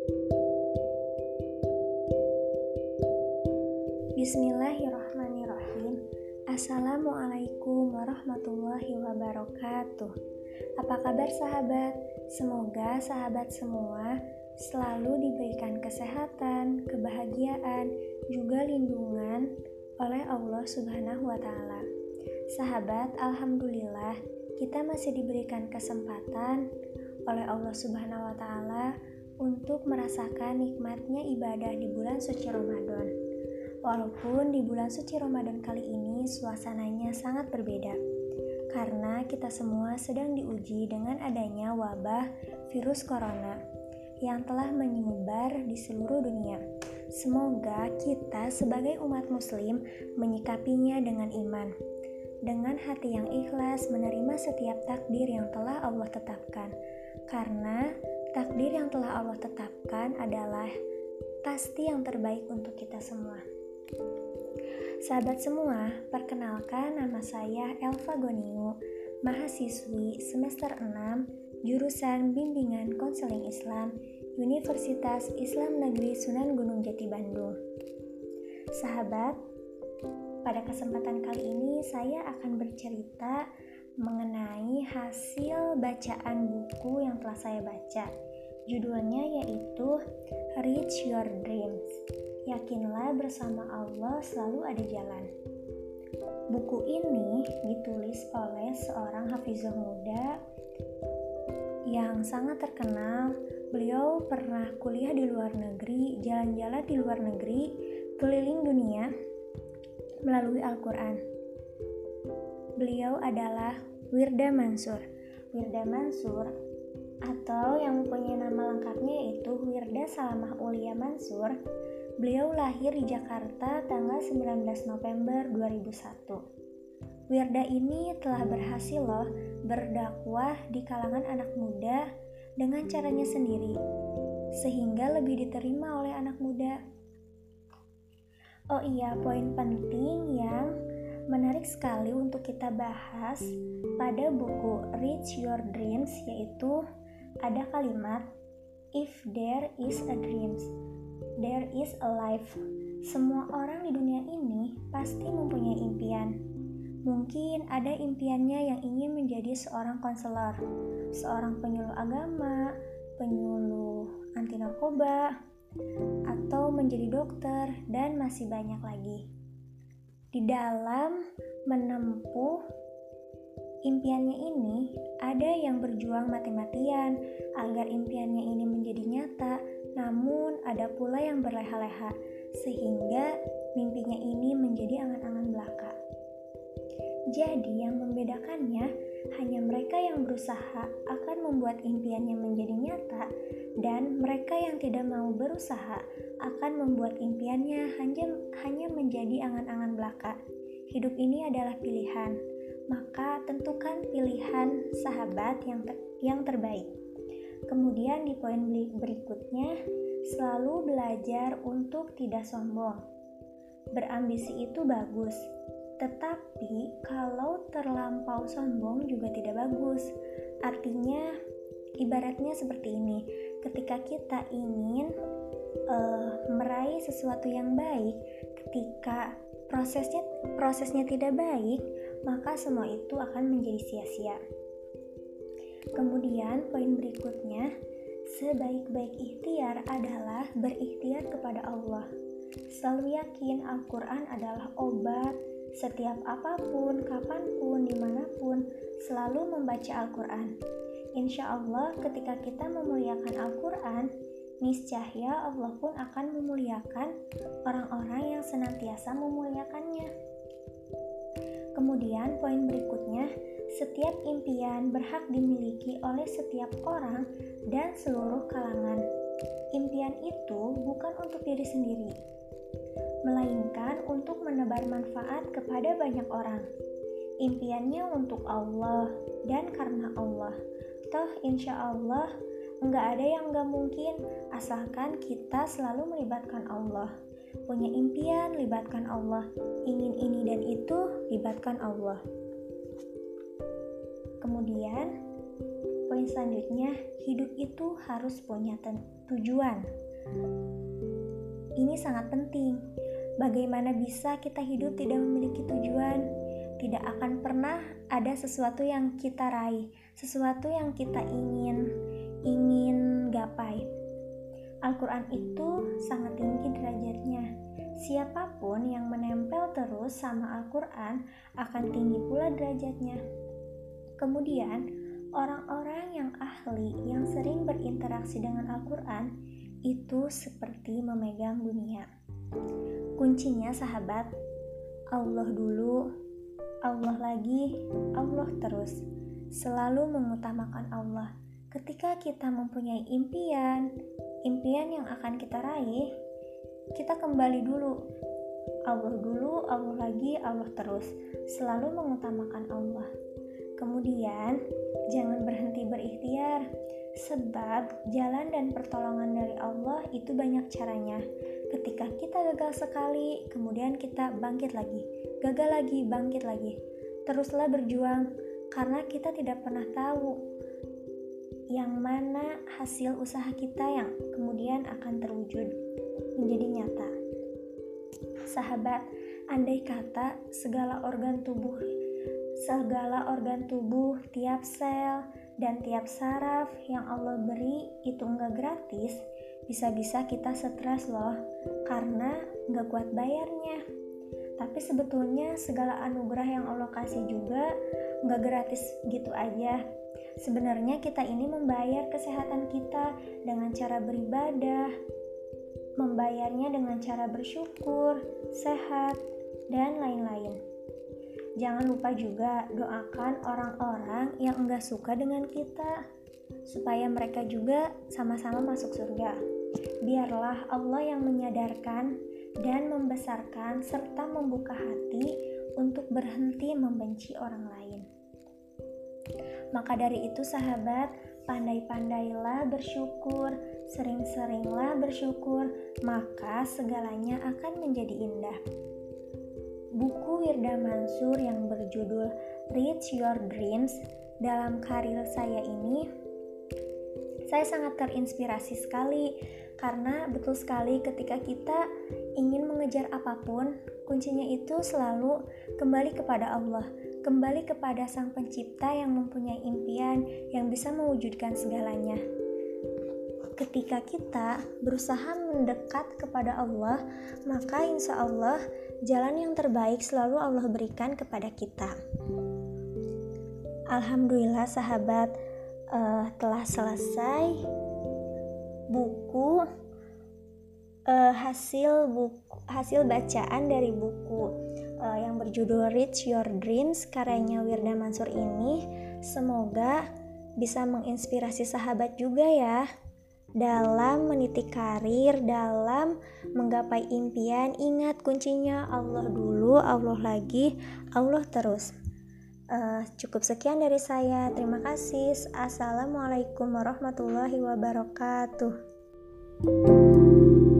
Bismillahirrahmanirrahim. Assalamualaikum warahmatullahi wabarakatuh. Apa kabar sahabat? Semoga sahabat semua selalu diberikan kesehatan, kebahagiaan, juga lindungan oleh Allah Subhanahu wa Ta'ala. Sahabat, alhamdulillah kita masih diberikan kesempatan oleh Allah Subhanahu wa Ta'ala untuk merasakan nikmatnya ibadah di bulan suci Ramadan. Walaupun di bulan suci Ramadan kali ini suasananya sangat berbeda, karena kita semua sedang diuji dengan adanya wabah virus corona yang telah menyebar di seluruh dunia. Semoga kita sebagai umat muslim menyikapinya dengan iman, dengan hati yang ikhlas menerima setiap takdir yang telah Allah tetapkan, karena takdir yang telah Allah tetapkan adalah pasti yang terbaik untuk kita semua. Sahabat semua, perkenalkan nama saya Elva Goniu, mahasiswi semester 6, jurusan Bimbingan Konseling Islam, Universitas Islam Negeri Sunan Gunung Jati Bandung. Sahabat, pada kesempatan kali ini saya akan bercerita mengenai hasil bacaan buku yang telah saya baca. Judulnya yaitu Reach Your Dreams. Yakinlah bersama Allah selalu ada jalan. Buku ini ditulis oleh seorang hafizah muda yang sangat terkenal. Beliau pernah kuliah di luar negeri, jalan-jalan di luar negeri, keliling dunia melalui Al-Quran. Beliau adalah Wirda Mansur. Wirda Mansur atau yang mempunyai nama lengkapnya yaitu Wirda Salamah Ulia Mansur. Beliau lahir di Jakarta tanggal 19 November 2001. Wirda ini telah berhasil berdakwah di kalangan anak muda dengan caranya sendiri, sehingga lebih diterima oleh anak muda. Oh iya, poin penting yang menarik sekali untuk kita bahas pada buku Reach Your Dreams yaitu ada kalimat If there is a dream, there is a life. Semua orang di dunia ini pasti mempunyai impian. Mungkin ada impiannya yang ingin menjadi seorang konselor, seorang penyuluh agama, penyuluh anti narkoba, atau menjadi dokter, dan masih banyak lagi. Di dalam menempuh impiannya ini, ada yang berjuang mati-matian agar impiannya ini menjadi nyata, namun ada pula yang berleha-leha sehingga mimpinya ini menjadi angan-angan belaka. Jadi yang membedakannya hanya mereka yang berusaha akan membuat impiannya menjadi nyata, dan mereka yang tidak mau berusaha akan membuat impiannya hanya menjadi angan-angan belaka. Hidup ini adalah pilihan, maka tentukan pilihan sahabat yang terbaik. Kemudian di poin berikutnya, selalu belajar untuk tidak sombong. Berambisi itu bagus, tetapi kalau terlampau sombong juga tidak bagus. Artinya, ibaratnya seperti ini, ketika kita ingin meraih sesuatu yang baik, ketika prosesnya tidak baik, maka semua itu akan menjadi sia-sia. Kemudian poin berikutnya, sebaik-baik ikhtiar adalah berikhtiar kepada Allah. Selalu yakin Al-Quran adalah obat. Setiap apapun, kapanpun, dimanapun, selalu membaca Al-Quran. Insya Allah ketika kita memuliakan Al-Quran, niscaya Allah pun akan memuliakan orang-orang yang senantiasa memuliakannya. Kemudian poin berikutnya, setiap impian berhak dimiliki oleh setiap orang dan seluruh kalangan. Impian itu bukan untuk diri sendiri, melainkan untuk menebar manfaat kepada banyak orang. Impiannya untuk Allah dan karena Allah. Toh insya Allah enggak ada yang enggak mungkin, asalkan kita selalu melibatkan Allah. Punya impian, libatkan Allah. Ingin ini dan itu, libatkan Allah. Kemudian, poin poin selanjutnya, hidup itu harus punya tujuan. Ini sangat penting. Bagaimana bisa kita hidup tidak memiliki tujuan? Tidak akan pernah ada sesuatu yang kita raih, sesuatu yang kita ingin gapai. Al-Quran itu sangat tinggi derajatnya. Siapapun yang menempel terus sama Al-Quran akan tinggi pula derajatnya. Kemudian, orang-orang yang ahli, yang sering berinteraksi dengan Al-Quran, itu seperti memegang dunia. Kuncinya sahabat, Allah dulu, Allah lagi, Allah terus. Selalu mengutamakan Allah. Ketika kita mempunyai impian yang akan kita raih, kita kembali dulu. Allah dulu, Allah lagi, Allah terus. Selalu mengutamakan Allah. Kemudian, jangan berhenti berikhtiar, sebab jalan dan pertolongan dari Allah itu banyak caranya. Ketika kita gagal sekali, kemudian kita bangkit lagi, gagal lagi, bangkit lagi. Teruslah berjuang, karena kita tidak pernah tahu yang mana hasil usaha kita yang kemudian akan terwujud menjadi nyata. Sahabat, andai kata segala organ tubuh, tiap sel dan tiap saraf yang Allah beri itu enggak gratis, bisa-bisa kita stres loh, karena enggak kuat bayarnya. Tapi sebetulnya segala anugerah yang Allah kasih juga enggak gratis gitu aja. Sebenarnya kita ini membayar kesehatan kita dengan cara beribadah, membayarnya dengan cara bersyukur, sehat, dan lain-lain. Jangan lupa juga doakan orang-orang yang enggak suka dengan kita, supaya mereka juga sama-sama masuk surga. Biarlah Allah yang menyadarkan dan membesarkan serta membuka hati untuk berhenti membenci orang lain. Maka dari itu sahabat, pandai-pandailah bersyukur, sering-seringlah bersyukur, maka segalanya akan menjadi indah. Buku Wirda Mansur yang berjudul Reach Your Dreams, dalam karir saya ini, saya sangat terinspirasi sekali, karena betul sekali ketika kita ingin mengejar apapun, kuncinya itu selalu kembali kepada Allah, kembali kepada Sang Pencipta yang mempunyai impian yang bisa mewujudkan segalanya. Ketika kita berusaha mendekat kepada Allah, maka insya Allah jalan yang terbaik selalu Allah berikan kepada kita. Alhamdulillah sahabat, telah selesai buku hasil bacaan dari buku yang berjudul Reach Your Dreams karyanya Wirda Mansur ini. Semoga bisa menginspirasi sahabat juga ya dalam meniti karir, dalam menggapai impian. Ingat kuncinya Allah dulu, Allah lagi, Allah terus. Cukup sekian dari saya. Terima kasih. Assalamualaikum warahmatullahi wabarakatuh.